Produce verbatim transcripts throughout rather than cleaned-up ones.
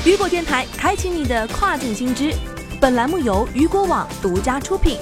雨果电台开启你的跨境新知，本栏目由雨果网独家出品。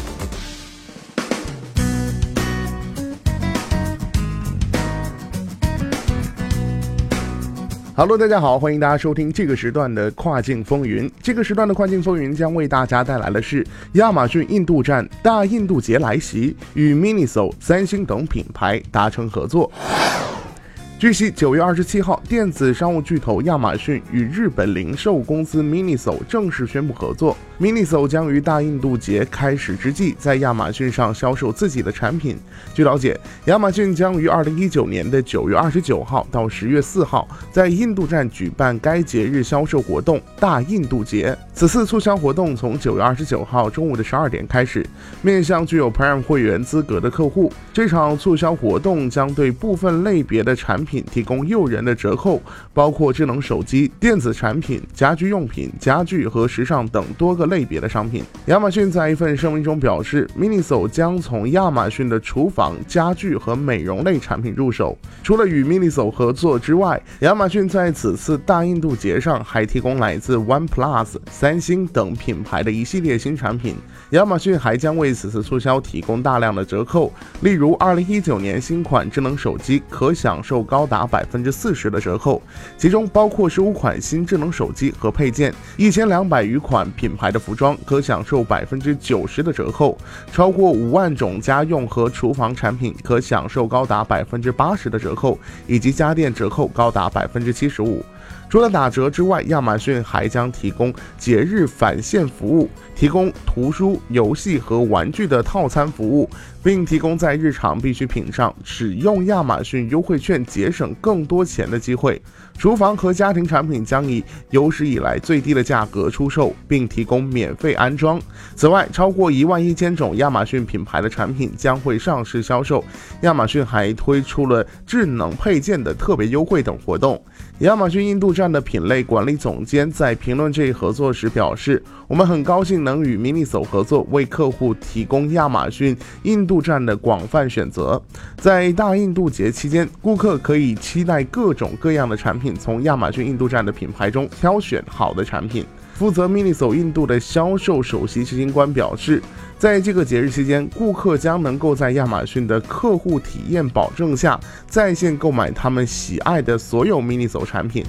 Hello， 大家好，欢迎大家收听这个时段的跨境风云。这个时段的跨境风云将为大家带来的是亚马逊印度站大印度节来袭，与 Miniso、三星等品牌达成合作。据悉，九月二十七号，电子商务巨头亚马逊与日本零售公司 Miniso 正式宣布合作。Miniso 将于大印度节开始之际，在亚马逊上销售自己的产品。据了解，亚马逊将于二零一九年的九月二十九号到十月四号，在印度站举办该节日销售活动“大印度节”。此次促销活动从九月二十九号中午的十二点开始，面向具有 Prime 会员资格的客户。这场促销活动将对部分类别的产品提供诱人的折扣，包括智能手机、电子产品、家居用品、家具和时尚等多个类别的商品。亚马逊在一份声明中表示 ，Miniso 将从亚马逊的厨房、家具和美容类产品入手。除了与 Miniso 合作之外，亚马逊在此次大印度节上还提供来自 OnePlus、三星等品牌的一系列新产品。亚马逊还将为此次促销提供大量的折扣，例如二零一九年新款智能手机可享受高达百分之四十的折扣，其中包括十五款新智能手机和配件，一千两百余款品牌的服装可享受百分之九十的折扣，超过五万种家用和厨房产品可享受高达百分之八十的折扣，以及家电折扣高达百分之七十五。除了打折之外，亚马逊还将提供节日返现服务，提供图书、游戏和玩具的套餐服务，并提供在日常必需品上使用亚马逊优惠券节省更多钱的机会。厨房和家庭产品将以有史以来最低的价格出售，并提供免费安装。此外，超过一万一千种亚马逊品牌的产品将会上市销售。亚马逊还推出了智能配件的特别优惠等活动。亚马逊印度站的品类管理总监在评论这一合作时表示，我们很高兴能与 Miniso 合作，为客户提供亚马逊印度站的广泛选择。在大印度节期间，顾客可以期待各种各样的产品从亚马逊印度站的品牌中挑选好的产品。负责 Miniso 印度的销售首席执行官表示，在这个节日期间，顾客将能够在亚马逊的客户体验保证下，在线购买他们喜爱的所有 Miniso 产品。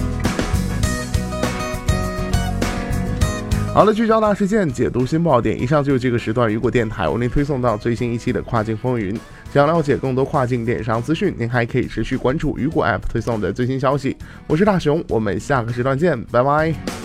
好了，聚焦大事件，解读新爆点。以上就是这个时段雨果电台为您推送到最新一期的跨境风云。想了解更多跨境电商资讯，您还可以持续关注雨果 App 推送的最新消息。我是大熊，我们下个时段见，拜拜。